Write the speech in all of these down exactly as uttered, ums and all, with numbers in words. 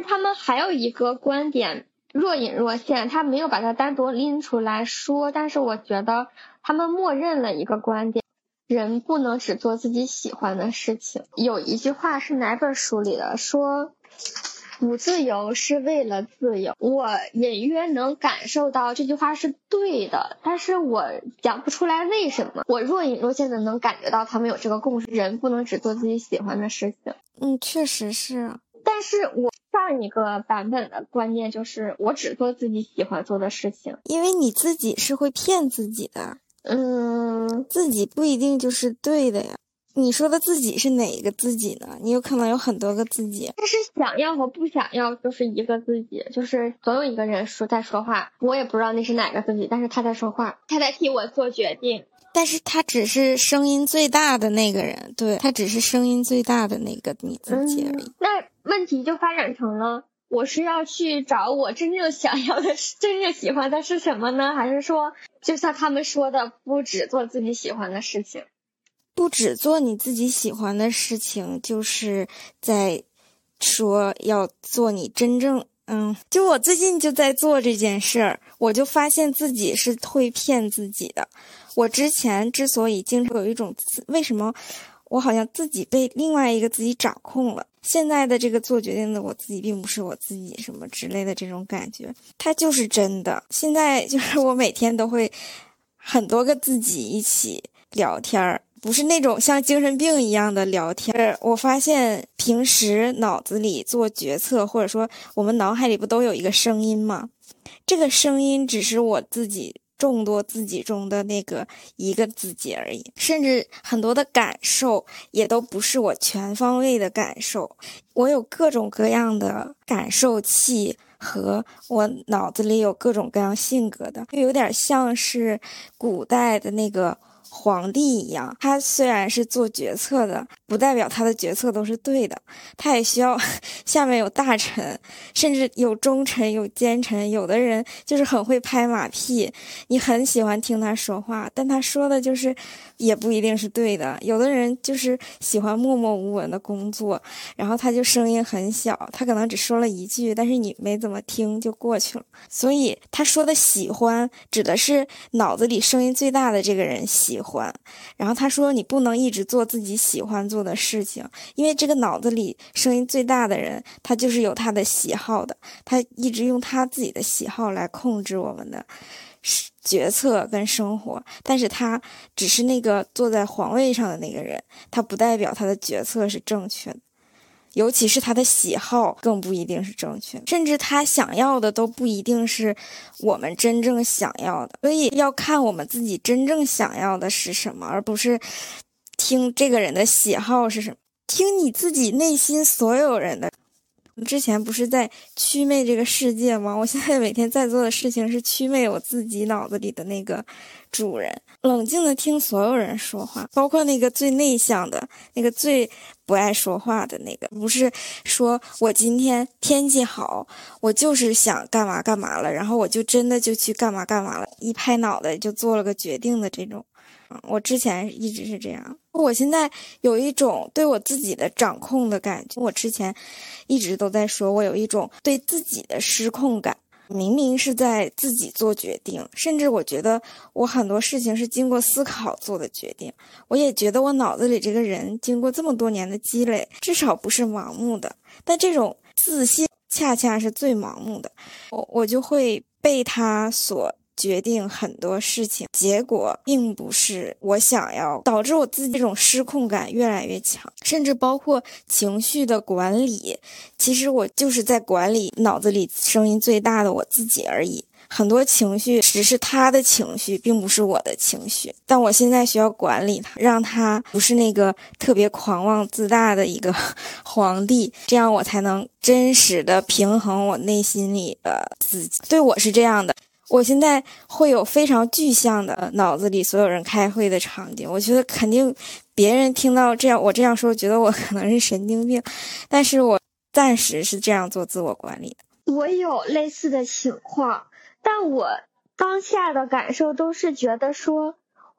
是他们还有一个观点若隐若现，他没有把它单独拎出来说，但是我觉得他们默认了一个观点，人不能只做自己喜欢的事情。有一句话是哪本书里的，说不自由是为了自由。我隐约能感受到这句话是对的，但是我讲不出来为什么。我若隐若现的能感觉到他们有这个共识，人不能只做自己喜欢的事情。 嗯，确实是。 但是我上一个版本的观念就是我只做自己喜欢做的事情， 因为你自己是会骗自己的， 嗯， 自己不一定就是对的呀。你说的自己是哪一个自己呢？你有可能有很多个自己。 但是想要和不想要就是一个自己，就是总有一个人说在说话，我也不知道那是哪个自己，但是他在说话，他在替我做决定。 但是他只是声音最大的那个人，对，他只是声音最大的那个你自己而已。 嗯，那问题就发展成了，我是要去找我真正想要的、真正喜欢的是什么呢？还是说，就像他们说的，不只做自己喜欢的事情？ 不只做你自己喜欢的事情，就是在说要做你真正嗯，就我最近就在做这件事儿，我就发现自己是会骗自己的。我之前之所以经常有一种为什么我好像自己被另外一个自己掌控了，现在的这个做决定的我自己并不是我自己什么之类的这种感觉，它就是真的。现在就是我每天都会很多个自己一起聊天，不是那种像精神病一样的聊天。我发现平时脑子里做决策，或者说我们脑海里不都有一个声音吗？这个声音只是我自己众多自己中的那个一个自己而已，甚至很多的感受也都不是我全方位的感受。我有各种各样的感受器，和我脑子里有各种各样性格的，就有点像是古代的那个皇帝一样，他虽然是做决策的，不代表他的决策都是对的，他也需要下面有大臣，甚至有忠臣有奸臣，有的人就是很会拍马屁，你很喜欢听他说话，但他说的就是也不一定是对的。有的人就是喜欢默默无闻的工作，然后他就声音很小，他可能只说了一句，但是你没怎么听就过去了。所以他说的喜欢指的是脑子里声音最大的这个人喜欢，然后他说你不能一直做自己喜欢做的事情，因为这个脑子里声音最大的人他就是有他的喜好的，他一直用他自己的喜好来控制我们的决策跟生活，但是他只是那个坐在皇位上的那个人，他不代表他的决策是正确的，尤其是他的喜好更不一定是正确，甚至他想要的都不一定是我们真正想要的。所以要看我们自己真正想要的是什么，而不是听这个人的喜好是什么，听你自己内心所有人的。之前不是在祛魅这个世界吗？我现在每天在做的事情是祛魅我自己脑子里的那个主人，冷静的听所有人说话，包括那个最内向的，那个最不爱说话的那个，不是说我今天天气好，我就是想干嘛干嘛了，然后我就真的就去干嘛干嘛了，一拍脑袋就做了个决定的这种。我之前一直是这样，我现在有一种对我自己的掌控的感觉。我之前一直都在说我有一种对自己的失控感，明明是在自己做决定，甚至我觉得我很多事情是经过思考做的决定，我也觉得我脑子里这个人经过这么多年的积累至少不是盲目的，但这种自信恰恰是最盲目的，我我就会被他所决定很多事情，结果并不是我想要，导致我自己这种失控感越来越强，甚至包括情绪的管理，其实我就是在管理脑子里声音最大的我自己而已。很多情绪只是他的情绪，并不是我的情绪，但我现在需要管理他，让他不是那个特别狂妄自大的一个皇帝，这样我才能真实的平衡我内心里的自己。对，我是这样的，我现在会有非常具象的脑子里所有人开会的场景，我觉得肯定别人听到这样我这样说觉得我可能是神经病，但是我暂时是这样做自我管理的。 我有类似的情况，但我当下的感受都是觉得说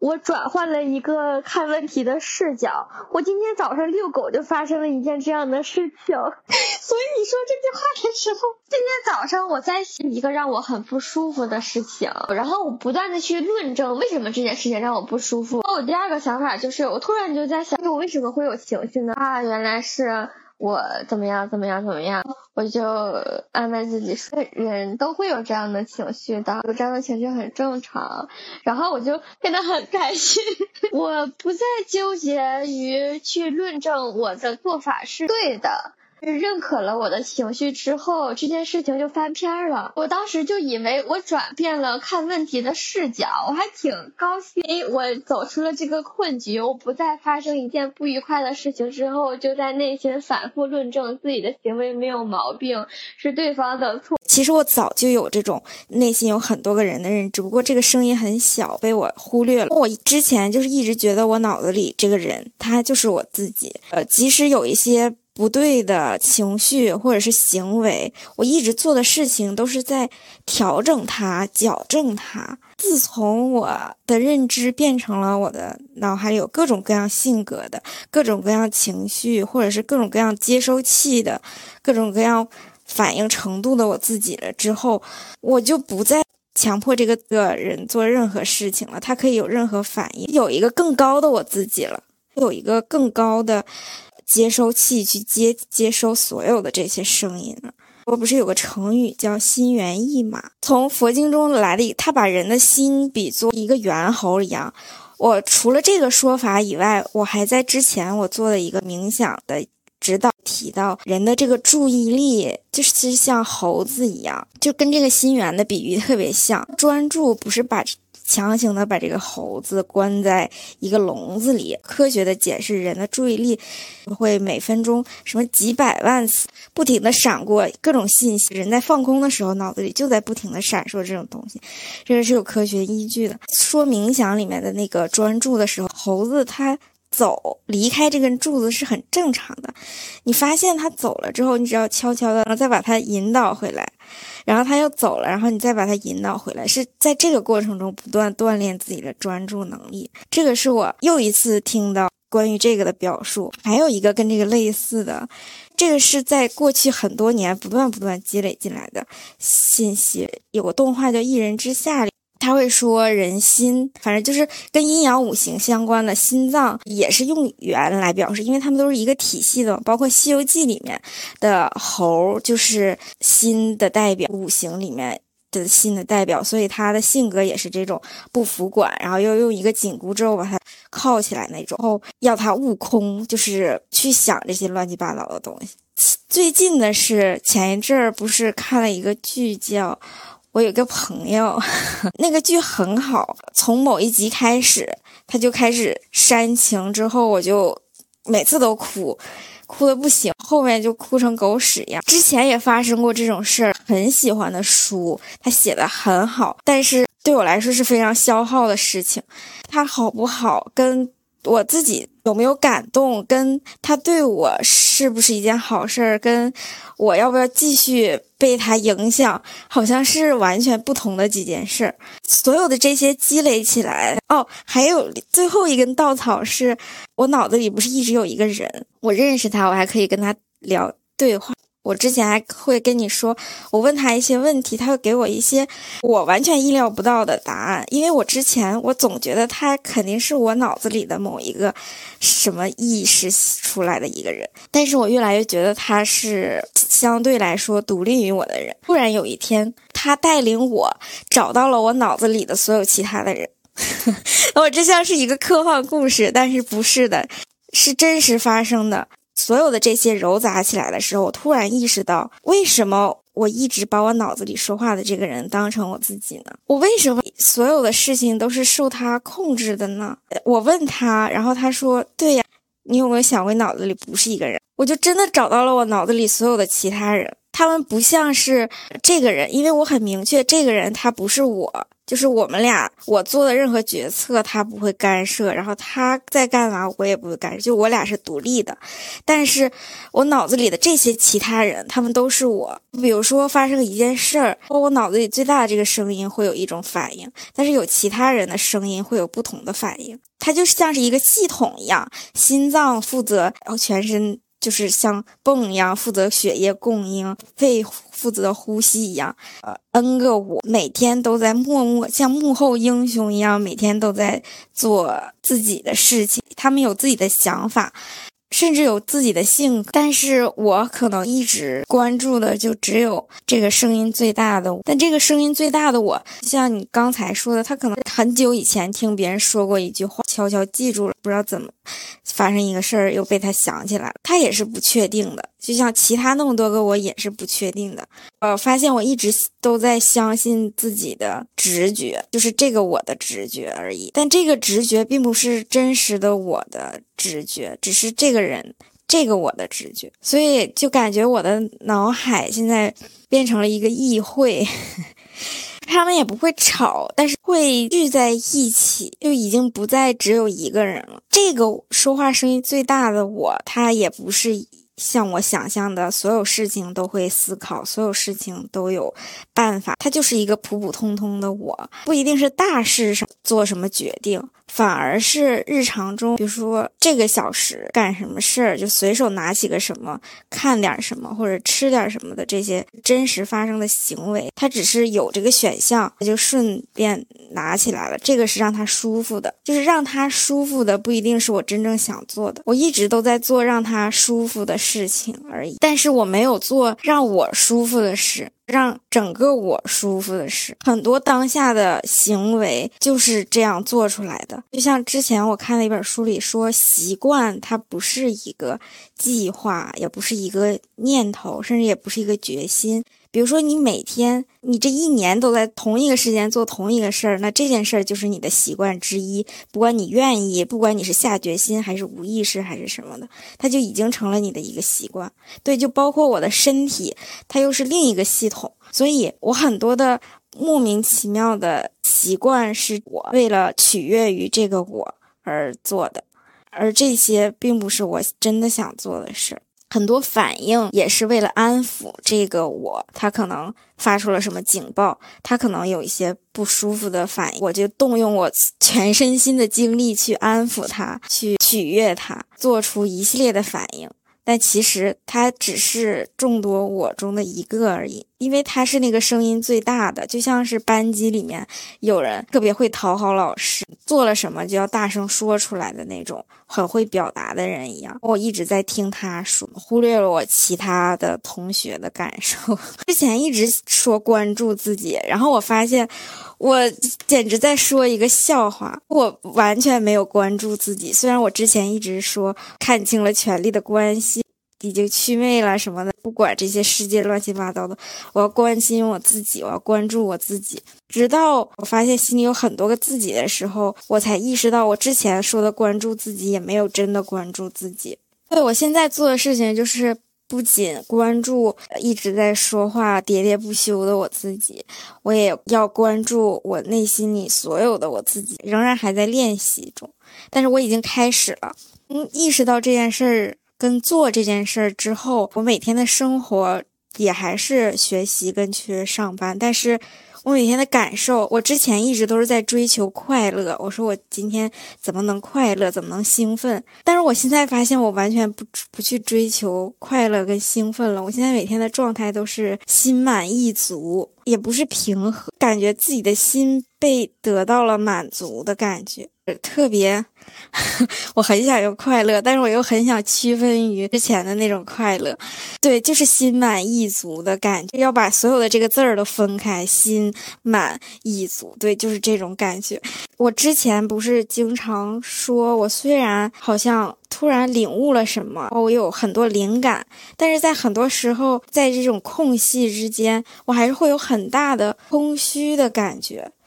我转换了一个看问题的视角。我今天早上遛狗就发生了一件这样的事情，所以你说这句话的时候，今天早上我在想一个让我很不舒服的事情，然后我不断的去论证为什么这件事情让我不舒服。我第二个想法就是，我突然就在想，我为什么会有情绪呢？啊，原来是我怎么样怎么样怎么样，我就安慰自己说，人都会有这样的情绪的，有这样的情绪很正常。然后我就变得很开心，我不再纠结于去论证我的做法是对的。认可了我的情绪之后，这件事情就翻篇了。我当时就以为我转变了看问题的视角，我还挺高兴。我走出了这个困局，我不再发生一件不愉快的事情之后，就在内心反复论证自己的行为没有毛病，是对方的错。 其实我早就有这种内心有很多个人的人，只不过这个声音很小，被我忽略了。我之前就是一直觉得我脑子里这个人，他就是我自己。呃，即使有一些不对的情绪或者是行为，我一直做的事情都是在调整它、矫正它。自从我的认知变成了我的脑海里有各种各样性格的、各种各样情绪，或者是各种各样接收器的、各种各样反应程度的我自己了之后，我就不再强迫这个个人做任何事情了，他可以有任何反应，有一个更高的我自己了，有一个更高的接收器去接接收所有的这些声音了。我不是有个成语叫心猿意马，从佛经中来的，他把人的心比作一个猿猴一样。我除了这个说法以外，我还在之前我做了一个冥想的指导，提到人的这个注意力就是像猴子一样，就跟这个心猿的比喻特别像。专注不是把强行的把这个猴子关在一个笼子里，科学的解释，人的注意力会每分钟什么几百万次不停的闪过各种信息，人在放空的时候脑子里就在不停的闪烁这种东西，这个是有科学依据的。说冥想里面的那个专注的时候，猴子它走离开这根柱子是很正常的，你发现他走了之后，你只要悄悄的然后再把他引导回来，然后他又走了，然后你再把他引导回来，是在这个过程中不断锻炼自己的专注能力。这个是我又一次听到关于这个的表述。还有一个跟这个类似的，这个是在过去很多年不断不断积累进来的信息。有个动画叫《一人之下》里，他会说人心，反正就是跟阴阳五行相关的，心脏也是用圆来表示，因为他们都是一个体系的。包括《西游记》里面的猴就是心的代表，五行里面的心的代表，所以他的性格也是这种不服管，然后又用一个紧箍咒把它铐起来那种，然后要他悟空，就是去想这些乱七八糟的东西。最近的是前一阵儿不是看了一个剧叫我有个朋友，那个剧很好，从某一集开始他就开始煽情，之后我就每次都哭哭得不行，后面就哭成狗屎一样。之前也发生过这种事儿，很喜欢的书他写得很好，但是对我来说是非常消耗的事情。他好不好跟我自己有没有感动，跟他对我是不是一件好事儿，跟我要不要继续被他影响，好像是完全不同的几件事。所有的这些积累起来，哦，还有最后一根稻草是我脑子里不是一直有一个人，我认识他，我还可以跟他聊对话。我之前还会跟你说，我问他一些问题，他会给我一些我完全意料不到的答案。因为我之前我总觉得他肯定是我脑子里的某一个什么意识出来的一个人，但是我越来越觉得他是相对来说独立于我的人。突然有一天，他带领我找到了我脑子里的所有其他的人。我这像是一个科幻故事，但是不是的，是真实发生的。所有的这些糅杂起来的时候，我突然意识到，为什么我一直把我脑子里说话的这个人当成我自己呢？我为什么所有的事情都是受他控制的呢？我问他，然后他说，对呀，你有没有想过脑子里不是一个人？我就真的找到了我脑子里所有的其他人，他们不像是这个人，因为我很明确这个人他不是我， 就是我们俩，我做的任何决策他不会干涉，然后他在干嘛我也不会干涉，就我俩是独立的。但是我脑子里的这些其他人，他们都是我。比如说发生一件事儿，我脑子里最大的这个声音会有一种反应，但是有其他人的声音会有不同的反应。它就像是一个系统一样，心脏负责，然后全身就是像泵一样负责血液供应，肺负责呼吸一样，呃，N 个我每天都在默默像幕后英雄一样，每天都在做自己的事情。他们有自己的想法，甚至有自己的性格，但是我可能一直关注的就只有这个声音最大的我。但这个声音最大的我，像你刚才说的，他可能很久以前听别人说过一句话，悄悄记住了，不知道怎么发生一个事儿又被他想起来了，他也是不确定的，就像其他那么多个我也是不确定的。呃，发现我一直都在相信自己的直觉，就是这个我的直觉而已，但这个直觉并不是真实的我的直觉，只是这个人这个我的直觉。所以就感觉我的脑海现在变成了一个议会他们也不会吵，但是会聚在一起，就已经不再只有一个人了。这个说话声音最大的我，他也不是像我想象的所有事情都会思考，所有事情都有办法，他就是一个普普通通的我，不一定是大事上做什么决定，反而是日常中，比如说这个小时干什么事儿，就随手拿起个什么，看点什么或者吃点什么的这些真实发生的行为，他只是有这个选项，他就顺便拿起来了，这个是让他舒服的，就是让他舒服的不一定是我真正想做的，我一直都在做让他舒服的事情而已，但是我没有做让我舒服的事，让整个我舒服的事。很多当下的行为就是这样做出来的。就像之前我看了一本书里说，习惯它不是一个计划，也不是一个念头，甚至也不是一个决心。比如说你每天你这一年都在同一个时间做同一个事儿，那这件事儿就是你的习惯之一，不管你愿意，不管你是下决心还是无意识还是什么的，它就已经成了你的一个习惯。对，就包括我的身体，它又是另一个系统。所以我很多的莫名其妙的习惯是我为了取悦于这个我而做的，而这些并不是我真的想做的事。很多反应也是为了安抚这个我，他可能发出了什么警报，他可能有一些不舒服的反应，我就动用我全身心的精力去安抚他，去取悦他，做出一系列的反应。但其实他只是众多我中的一个而已，因为他是那个声音最大的，就像是班级里面有人特别会讨好老师，做了什么就要大声说出来的那种很会表达的人一样。我一直在听他说，忽略了我其他的同学的感受。之前一直说关注自己，然后我发现我简直在说一个笑话，我完全没有关注自己。虽然我之前一直说看清了权力的关系，已经祛魅了什么的，不管这些世界乱七八糟的，我要关心我自己，我要关注我自己。直到我发现心里有很多个自己的时候，我才意识到我之前说的关注自己也没有真的关注自己。对，我现在做的事情就是不仅关注一直在说话喋喋不休的我自己，我也要关注我内心里所有的我自己，仍然还在练习中，但是我已经开始了。嗯，意识到这件事儿跟做这件事儿之后，我每天的生活也还是学习跟去上班，但是我每天的感受，我之前一直都是在追求快乐，我说我今天怎么能快乐，怎么能兴奋，但是我现在发现我完全不不去追求快乐跟兴奋了，我现在每天的状态都是心满意足，也不是平和，感觉自己的心被得到了满足的感觉，特别我很想有快乐，但是我又很想区分于之前的那种快乐。对，就是心满意足的感觉，要把所有的这个字儿都分开，心满意足，对，就是这种感觉。我之前不是经常说，我虽然好像突然领悟了什么，我有很多灵感，但是在很多时候，在这种空隙之间，我还是会有很大的空虚的感觉。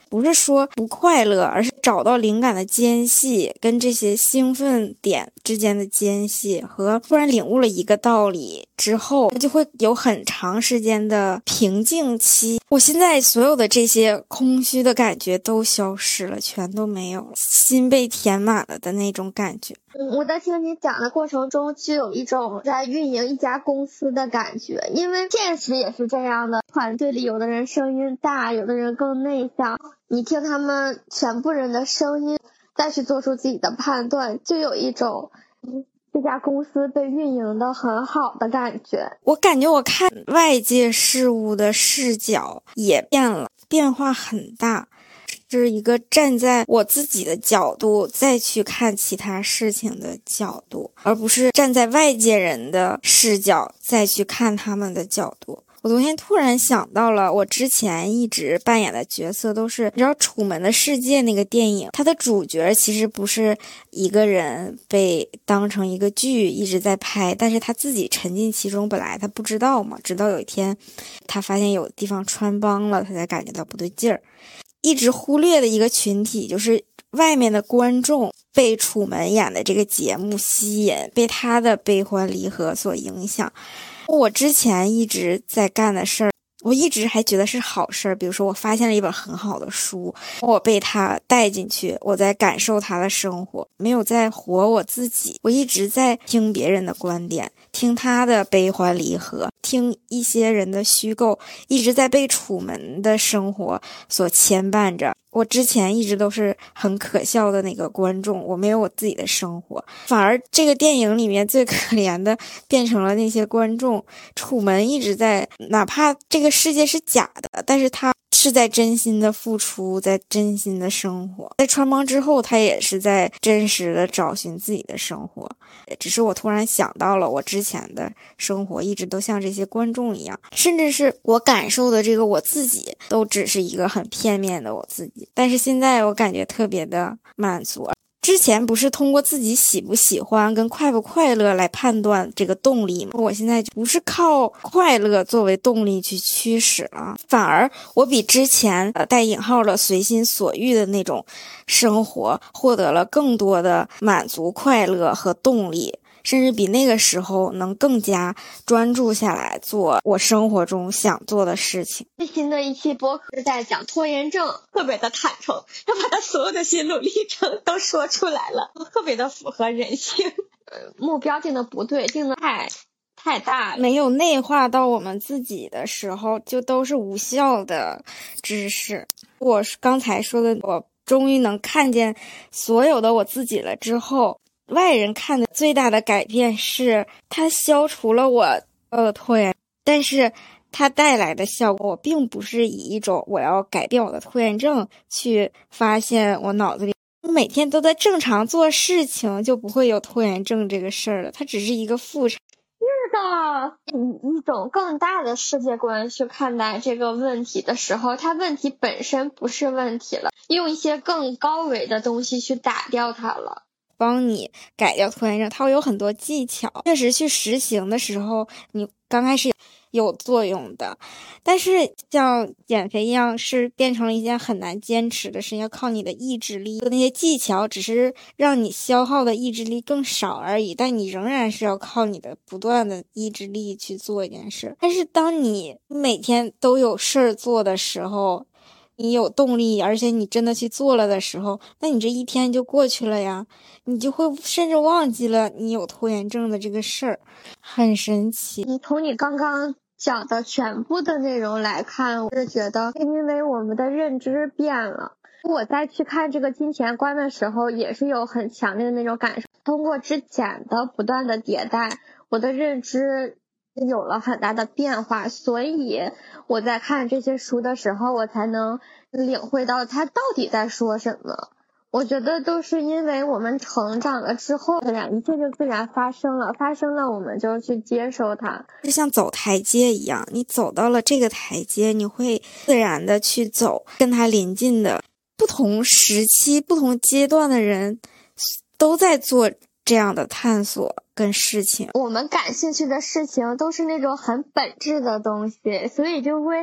不是说不快乐，而是找到灵感的间隙，跟这些兴奋点之间的间隙，和突然领悟了一个道理之后，就会有很长时间的平静期。我现在所有的这些空虚的感觉都消失了，全都没有了，心被填满了的那种感觉。 嗯，我在听你讲的过程中，就有一种在运营一家公司的感觉，因为现实也是这样的。团队里有的人声音大，有的人更内向，你听他们全部人的声音，再去做出自己的判断，就有一种这家公司被运营的很好的感觉。 我感觉我看外界事物的视角也变了，变化很大。是一个站在我自己的角度再去看其他事情的角度，而不是站在外界人的视角再去看他们的角度。我昨天突然想到了，我之前一直扮演的角色都是，你知道《楚门的世界》那个电影，它的主角其实不是一个人被当成一个剧一直在拍，但是他自己沉浸其中，本来他不知道嘛，直到有一天他发现有地方穿帮了，他才感觉到不对劲儿。一直忽略的一个群体就是外面的观众被楚门演的这个节目吸引，被他的悲欢离合所影响。我之前一直在干的事儿，我一直还觉得是好事儿，比如说我发现了一本很好的书，我被他带进去，我在感受他的生活，没有在活我自己。我一直在听别人的观点，听他的悲欢离合，听一些人的虚构，一直在被楚门的生活所牵绊着。我之前一直都是很可笑的那个观众，我没有我自己的生活，反而这个电影里面最可怜的变成了那些观众。楚门一直在，哪怕这个世界是假的，但是他是在真心的付出，在真心的生活。在穿帮之后，他也是在真实的找寻自己的生活。只是我突然想到了，我之前的生活一直都像这些观众一样，甚至是我感受的这个我自己都只是一个很片面的我自己，但是现在我感觉特别的满足。之前不是通过自己喜不喜欢跟快不快乐来判断这个动力吗？我现在不是靠快乐作为动力去驱使了，反而我比之前呃带引号的随心所欲的那种生活获得了更多的满足、快乐和动力，甚至比那个时候能更加专注下来做我生活中想做的事情。 最新的一期播客是在讲拖延症，特别的坦诚，他把他所有的心路历程都说出来了，特别的符合人性。呃，目标定的不对，定的太太大了， 没有内化到我们自己的时候，就都是无效的知识。我刚才说的，我终于能看见所有的我自己了之后，外人看的最大的改变是它消除了我的拖延，但是它带来的效果，我并不是以一种我要改变我的拖延症去发现我脑子里我每天都在正常做事情，就不会有拖延症这个事儿了。它只是一个副产。 是的，以一种更大的世界观去看待这个问题的时候，它问题本身不是问题了，用一些更高维的东西去打掉它了。 帮你改掉拖延症，它会有很多技巧，确实去实行的时候，你刚开始有作用的，但是像减肥一样是变成了一件很难坚持的事情，要靠你的意志力。那些技巧只是让你消耗的意志力更少而已，但你仍然是要靠你的不断的意志力去做一件事。但是当你每天都有事儿做的时候，你有动力，而且你真的去做了的时候，那你这一天就过去了呀，你就会甚至忘记了你有拖延症的这个事儿，很神奇。 你从你刚刚讲的全部的内容来看，我是觉得因为我们的认知变了。我在去看这个金钱观的时候，也是有很强烈的那种感受。通过之前的不断的迭代，我的认知有了很大的变化，所以我在看这些书的时候，我才能领会到他到底在说什么。我觉得都是因为我们成长了之后，自然一切就自然发生了，发生了我们就去接受它， 就像走台阶一样，你走到了这个台阶，你会自然的去走，跟它临近的不同时期、不同阶段的人都在做这样的探索跟事情。 我们感兴趣的事情都是那种很本质的东西，所以就会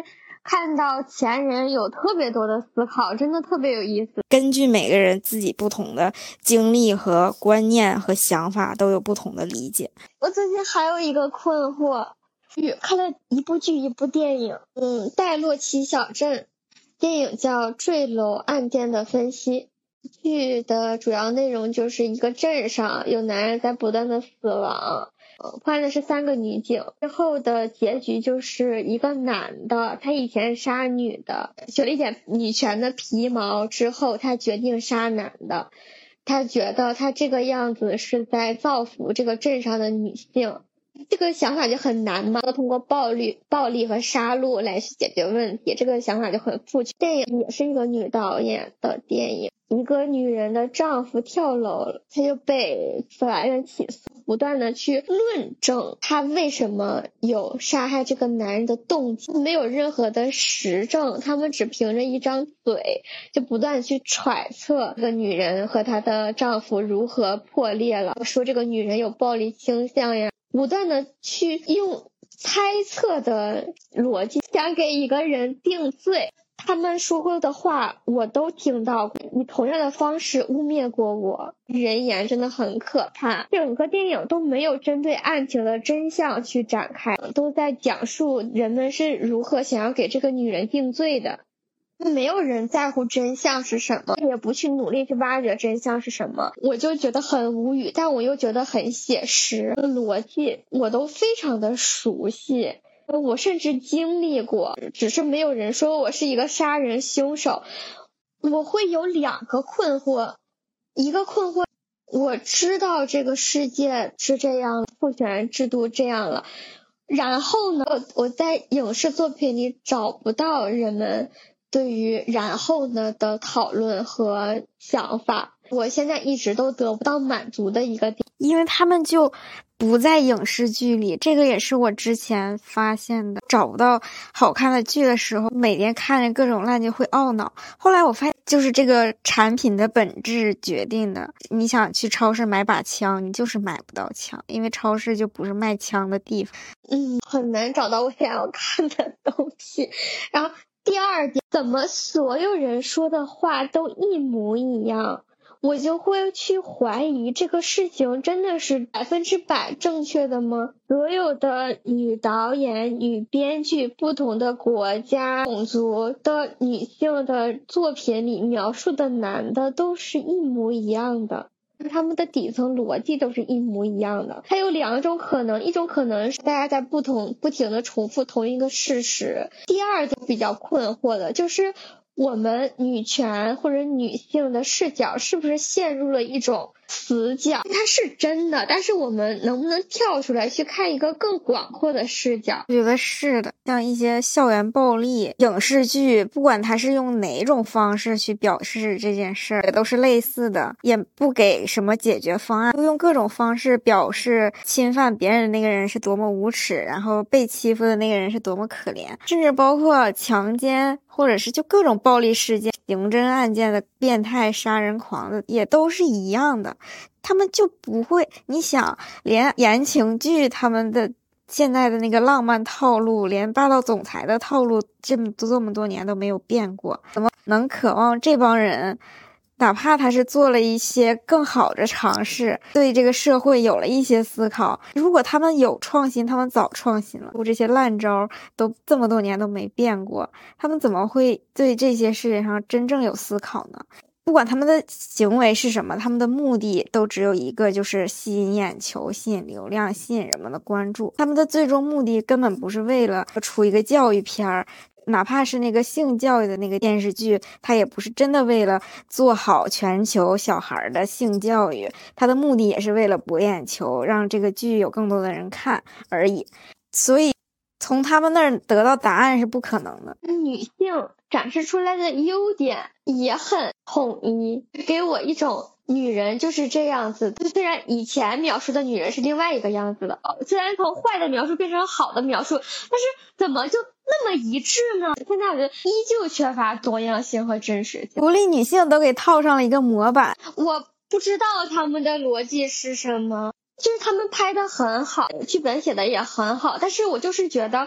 看到前人有特别多的思考，真的特别有意思。 根据每个人自己不同的经历和观念和想法，都有不同的理解。 我最近还有一个困惑，看了一部剧一部电影，嗯，戴洛奇小镇，电影叫《坠楼案件的分析》。剧的主要内容就是一个镇上有男人在不断的死亡，换的是三个女警，最后的结局就是一个男的，他以前杀女的，学了一点女权的皮毛之后，他决定杀男的，他觉得他这个样子是在造福这个镇上的女性。这个想法就很难嘛，要通过暴力、暴力和杀戮来去解决问题，这个想法就很父权。电影也是一个女导演的电影，一个女人的丈夫跳楼了，她就被法院起诉，不断的去论证她为什么有杀害这个男人的动机，没有任何的实证，他们只凭着一张嘴就不断去揣测这个女人和她的丈夫如何破裂了，说这个女人有暴力倾向呀，不断的去用猜测的逻辑想给一个人定罪。他们说过的话我都听到过，以同样的方式污蔑过我，人言真的很可怕。整个电影都没有针对案情的真相去展开，都在讲述人们是如何想要给这个女人定罪的。没有人在乎真相是什么，也不去努力去挖掘真相是什么，我就觉得很无语，但我又觉得很写实，逻辑我都非常的熟悉，我甚至经历过，只是没有人说我是一个杀人凶手。我会有两个困惑，一个困惑，我知道这个世界是这样，父权制度这样了，然后呢，我在影视作品里找不到人们对于然后呢的讨论和想法，我现在一直都得不到满足的一个点， 因为他们就不在影视剧里，这个也是我之前发现的。找不到好看的剧的时候，每天看着各种烂剧会懊恼。后来我发现，就是这个产品的本质决定的。你想去超市买把枪，你就是买不到枪，因为超市就不是卖枪的地方。 嗯，很难找到我想要看的东西。然后第二点，怎么所有人说的话都一模一样？我就会去怀疑这个事情真的是百分之百正确的吗？所有的女导演、女编剧，不同的国家、种族的女性的作品里描述的男的都是一模一样的，他们的底层逻辑都是一模一样的。还有两种可能，一种可能是大家在不同不停的重复同一个事实，第二个比较困惑的就是我们女权或者女性的视角是不是陷入了一种死角？它是真的，但是我们能不能跳出来去看一个更广阔的视角？ 我觉得是的，像一些校园暴力影视剧，不管它是用哪种方式去表示这件事儿，也都是类似的，也不给什么解决方案，就用各种方式表示侵犯别人的那个人是多么无耻，然后被欺负的那个人是多么可怜，甚至包括强奸或者是就各种暴力事件、刑侦案件的变态杀人狂的也都是一样的。他们就不会，你想连言情剧他们的现在的那个浪漫套路，连霸道总裁的套路这么多这么多年都没有变过，怎么能渴望这帮人哪怕他是做了一些更好的尝试，对这个社会有了一些思考，如果他们有创新，他们早创新了，这些烂招都这么多年都没变过，他们怎么会对这些事情上真正有思考呢？不管他们的行为是什么，他们的目的都只有一个，就是吸引眼球、吸引流量、吸引人们的关注。他们的最终目的根本不是为了出一个教育片儿，哪怕是那个性教育的那个电视剧，它也不是真的为了做好全球小孩的性教育，它的目的也是为了博眼球，让这个剧有更多的人看而已。所以从他们那儿得到答案是不可能的。 女性展示出来的优点也很统一，给我一种女人就是这样子。虽然以前描述的女人是另外一个样子的，虽然从坏的描述变成好的描述，但是怎么就那么一致呢？现在我觉得依旧缺乏多样性和真实性， 独立女性都给套上了一个模板。 我不知道他们的逻辑是什么，就是他们拍的很好，剧本写的也很好，但是我就是觉得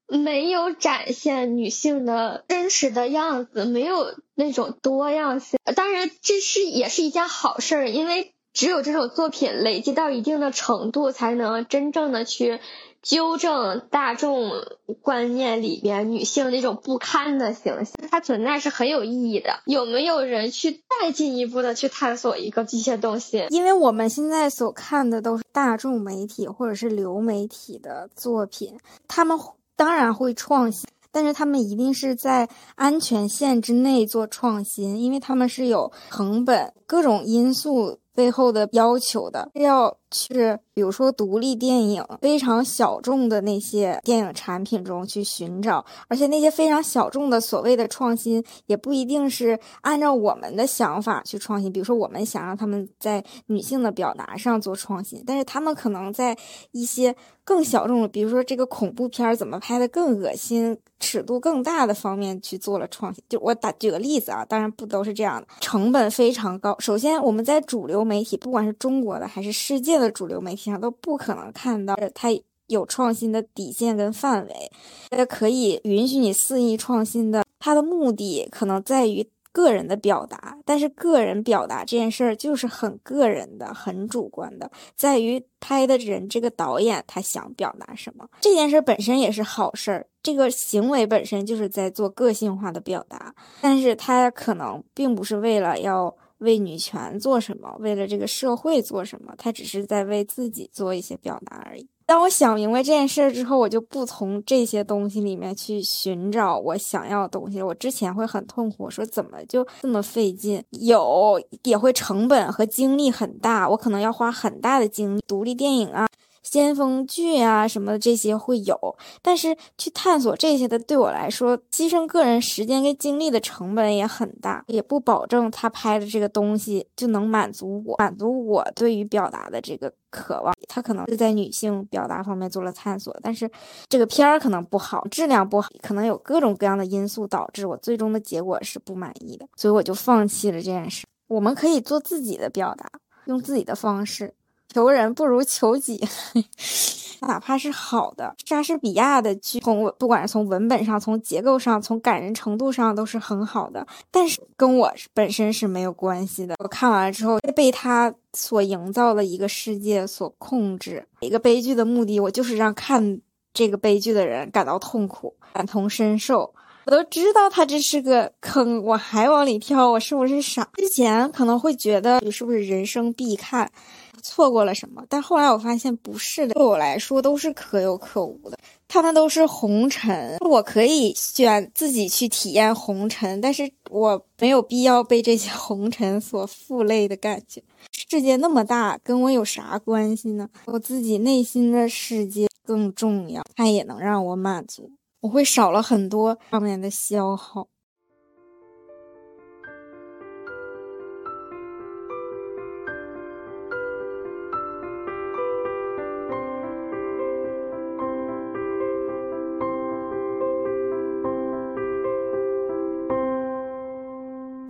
没有展现女性的真实的样子，没有那种多样性。当然这是也是一件好事儿，因为只有这种作品累积到一定的程度，才能真正的去纠正大众观念里边女性那种不堪的形象。它存在是很有意义的。有没有人去再进一步的去探索一个这些东西？ 因为我们现在所看的都是大众媒体或者是流媒体的作品，他们当然会创新，但是他们一定是在安全线之内做创新，因为他们是有成本各种因素背后的要求的，要去比如说独立电影非常小众的那些电影产品中去寻找，而且那些非常小众的所谓的创新也不一定是按照我们的想法去创新，比如说我们想让他们在女性的表达上做创新，但是他们可能在一些更小众的，比如说这个恐怖片怎么拍的更恶心，尺度更大的方面去做了创新。就我打举个例子啊，当然不都是这样的，成本非常高。首先我们在主流媒体，不管是中国的还是世界的主流媒体上，都不可能看到它有创新的底线跟范围，它可以允许你肆意创新的，它的目的可能在于个人的表达，但是个人表达这件事儿就是很个人的很主观的，在于拍的人这个导演他想表达什么。这件事本身也是好事儿，这个行为本身就是在做个性化的表达，但是他可能并不是为了要为女权做什么，为了这个社会做什么，他只是在为自己做一些表达而已。当我想明白这件事之后，我就不从这些东西里面去寻找我想要的东西。我之前会很痛苦，我说怎么就这么费劲，有也会成本和精力很大，我可能要花很大的精力，独立电影啊先锋剧啊什么的这些会有，但是去探索这些的对我来说牺牲个人时间跟精力的成本也很大，也不保证他拍的这个东西就能满足我满足我对于表达的这个渴望。他可能是在女性表达方面做了探索，但是这个片儿可能不好，质量不好，可能有各种各样的因素导致我最终的结果是不满意的，所以我就放弃了这件事。我们可以做自己的表达，用自己的方式，求人不如求己哪怕是好的莎士比亚的剧，从不管是从文本上，从结构上，从感人程度上都是很好的，但是跟我本身是没有关系的。我看完了之后被他所营造的一个世界所控制，一个悲剧的目的我就是让看这个悲剧的人感到痛苦，感同身受。我都知道他这是个坑，我还往里跳，我是不是傻？之前可能会觉得是不是人生必看，错过了什么，但后来我发现不是的，对我来说都是可有可无的，他们都是红尘，我可以选自己去体验红尘，但是我没有必要被这些红尘所负累的感觉。世界那么大，跟我有啥关系呢？我自己内心的世界更重要，它也能让我满足，我会少了很多方面的消耗。